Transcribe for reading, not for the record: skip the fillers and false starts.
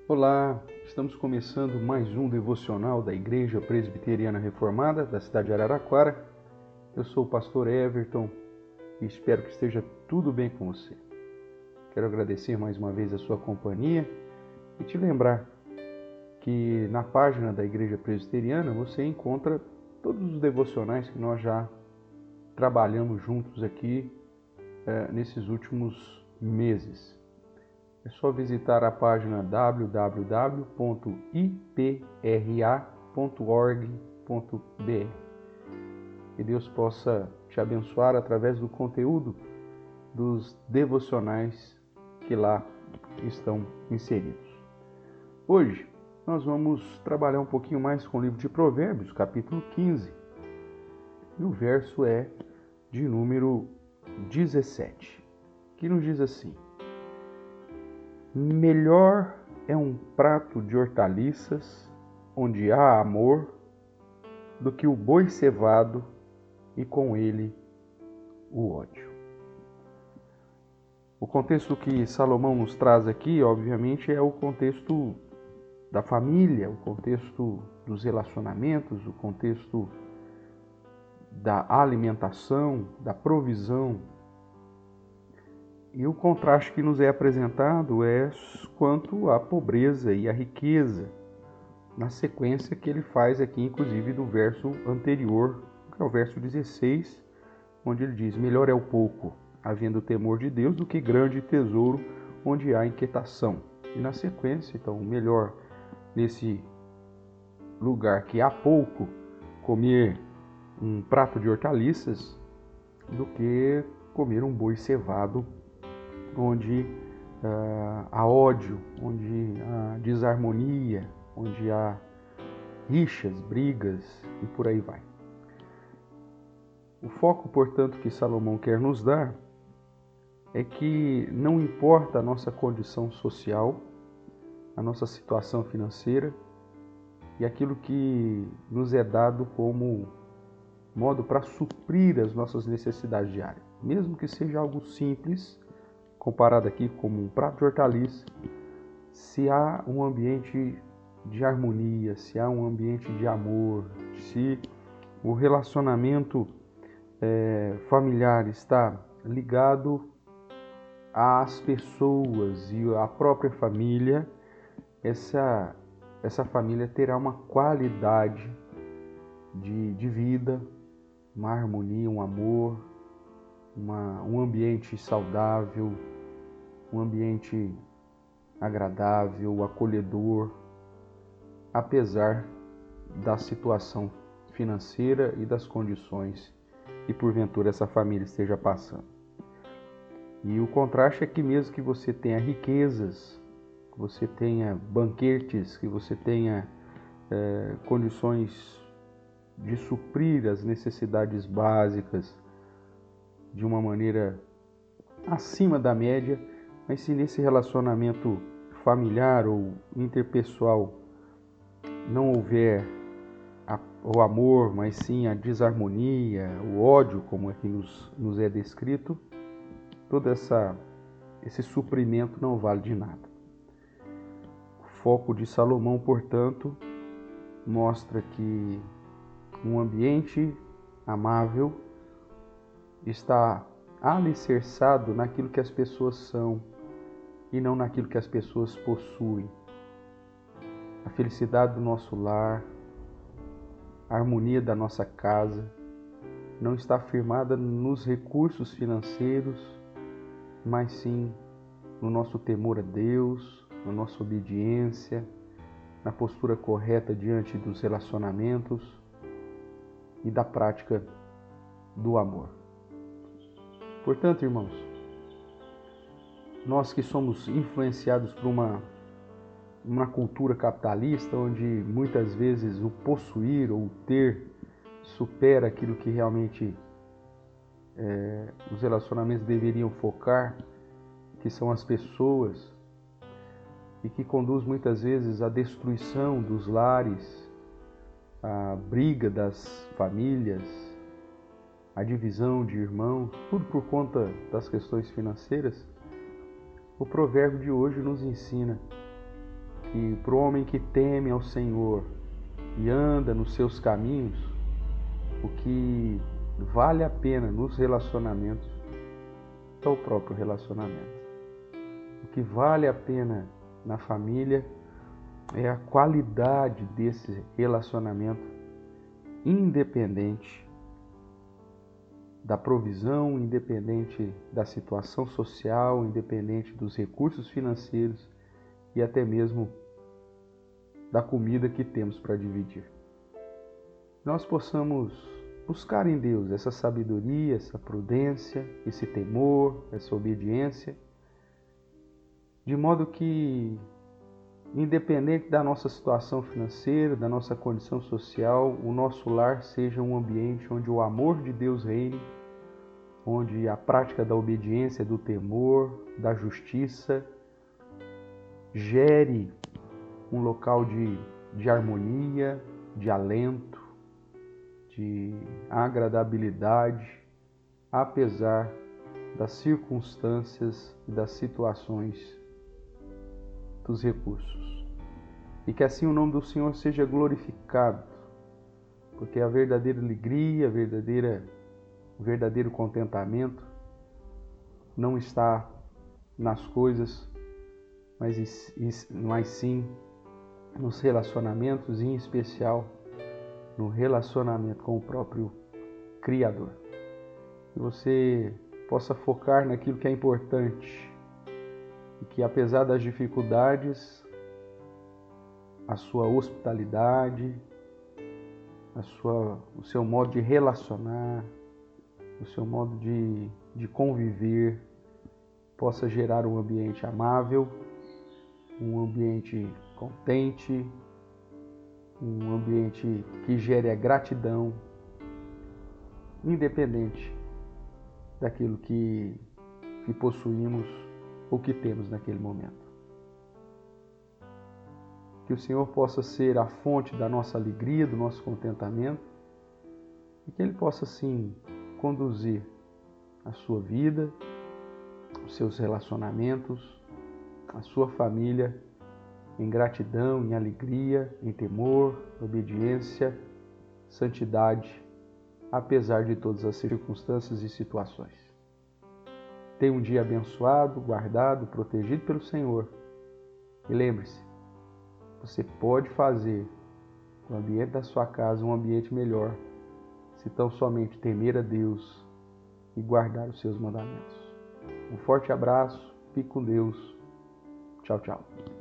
Olá, estamos começando mais um devocional da Igreja Presbiteriana Reformada da cidade de Araraquara. Eu sou o pastor Everton e espero que esteja tudo bem com você. Quero agradecer mais uma vez a sua companhia e te lembrar que na página da Igreja Presbiteriana você encontra todos os devocionais que nós já trabalhamos juntos aqui nesses últimos meses. É só visitar a página www.ipra.org.br. Que Deus possa te abençoar através do conteúdo dos devocionais que lá estão inseridos. Hoje nós vamos trabalhar um pouquinho mais com o livro de Provérbios, capítulo 15. E o verso é de número 17, que nos diz assim: melhor é um prato de hortaliças onde há amor do que o boi cevado e com ele o ódio. O contexto que Salomão nos traz aqui, obviamente, é o contexto da família, o contexto dos relacionamentos, o contexto da alimentação, da provisão. E o contraste que nos é apresentado é quanto à pobreza e à riqueza, na sequência que ele faz aqui, inclusive, do verso anterior, que é o verso 16, onde ele diz: melhor é o pouco, havendo temor de Deus, do que grande tesouro, onde há inquietação. E na sequência, então, melhor nesse lugar que há pouco, comer um prato de hortaliças, do que comer um boi cevado, onde há ódio, onde há desarmonia, onde há rixas, brigas e por aí vai. O foco, portanto, que Salomão quer nos dar é que não importa a nossa condição social, a nossa situação financeira e aquilo que nos é dado como modo para suprir as nossas necessidades diárias. Mesmo que seja algo simples, comparado aqui como um prato de hortaliça, se há um ambiente de harmonia, se há um ambiente de amor, se o relacionamento familiar está ligado às pessoas e à própria família, essa família terá uma qualidade de vida, uma harmonia, um amor, um ambiente saudável, um ambiente agradável, acolhedor, apesar da situação financeira e das condições que porventura essa família esteja passando. E o contraste é que mesmo que você tenha riquezas, que você tenha banquetes, que você tenha condições de suprir as necessidades básicas de uma maneira acima da média, mas se nesse relacionamento familiar ou interpessoal não houver o amor, mas sim a desarmonia, o ódio, como aqui nos é descrito, todo esse suprimento não vale de nada. O foco de Salomão, portanto, mostra que um ambiente amável está alicerçado naquilo que as pessoas são e não naquilo que as pessoas possuem. A felicidade do nosso lar, a harmonia da nossa casa, não está firmada nos recursos financeiros, mas sim no nosso temor a Deus, na nossa obediência, na postura correta diante dos relacionamentos e da prática do amor. Portanto, irmãos, nós que somos influenciados por uma cultura capitalista, onde muitas vezes o possuir ou o ter supera aquilo que realmente os relacionamentos deveriam focar, que são as pessoas, e que conduz muitas vezes à destruição dos lares, à briga das famílias, à divisão de irmãos, tudo por conta das questões financeiras. O provérbio de hoje nos ensina que para o homem que teme ao Senhor e anda nos seus caminhos, o que vale a pena nos relacionamentos é o próprio relacionamento. O que vale a pena na família é a qualidade desse relacionamento, independente da provisão, independente da situação social, independente dos recursos financeiros e até mesmo da comida que temos para dividir. Nós possamos buscar em Deus essa sabedoria, essa prudência, esse temor, essa obediência, de modo que, independente da nossa situação financeira, da nossa condição social, o nosso lar seja um ambiente onde o amor de Deus reine, onde a prática da obediência, do temor, da justiça gere um local de harmonia, de alento, de agradabilidade, apesar das circunstâncias e das situações dos recursos. E que assim o nome do Senhor seja glorificado, porque a verdadeira alegria, o verdadeiro contentamento não está nas coisas, mas sim nos relacionamentos, e em especial no relacionamento com o próprio Criador. Que você possa focar naquilo que é importante e que, apesar das dificuldades, a sua hospitalidade, o seu modo de relacionar, o seu modo de conviver possa gerar um ambiente amável, um ambiente contente, um ambiente que gere a gratidão, independente daquilo que possuímos ou que temos naquele momento. Que o Senhor possa ser a fonte da nossa alegria, do nosso contentamento, e que Ele possa, sim, conduzir a sua vida, os seus relacionamentos, a sua família em gratidão, em alegria, em temor, obediência, santidade, apesar de todas as circunstâncias e situações. Tenha um dia abençoado, guardado, protegido pelo Senhor. E lembre-se, você pode fazer o ambiente da sua casa um ambiente melhor, se tão somente temer a Deus e guardar os seus mandamentos. Um forte abraço, fique com Deus. Tchau, tchau.